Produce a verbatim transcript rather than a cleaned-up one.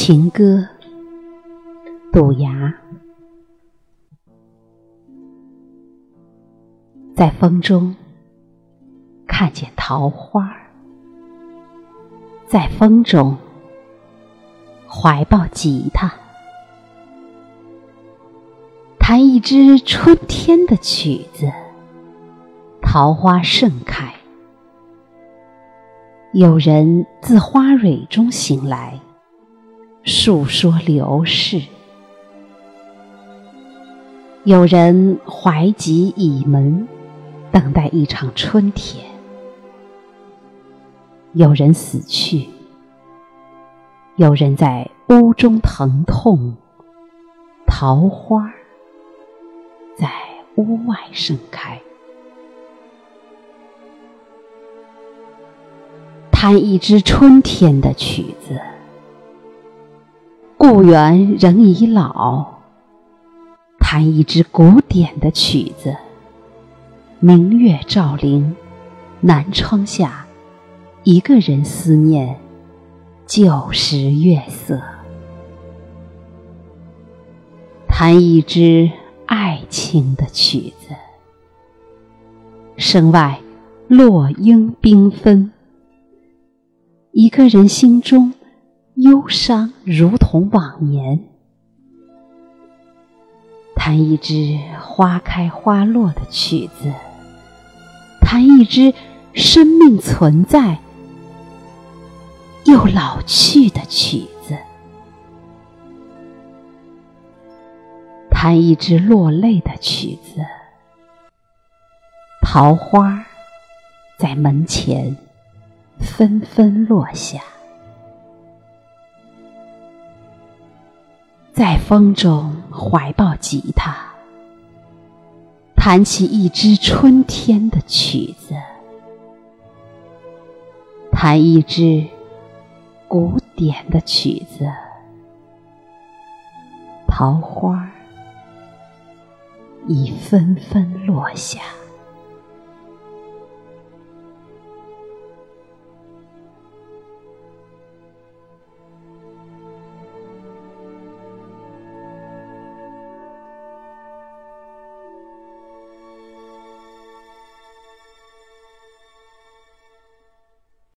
情歌，杜崖。在风中看见桃花，在风中怀抱吉他，弹一支春天的曲子，桃花盛开。有人自花蕊中醒来，述说流逝；有人怀吉倚门，等待一场春天；有人死去，有人在屋中疼痛，桃花在屋外盛开。弹一支春天的曲子，故园仍已老；弹一支古典的曲子，明月照临，南窗下一个人思念旧时月色。弹一支爱情的曲子，声外落英缤纷，一个人心中忧伤如同往年。弹一支花开花落的曲子，弹一支生命存在又老去的曲子，弹一支落泪的曲子，桃花在门前纷纷落下。在风中怀抱吉他，弹起一支春天的曲子，弹一支古典的曲子，桃花已纷纷落下。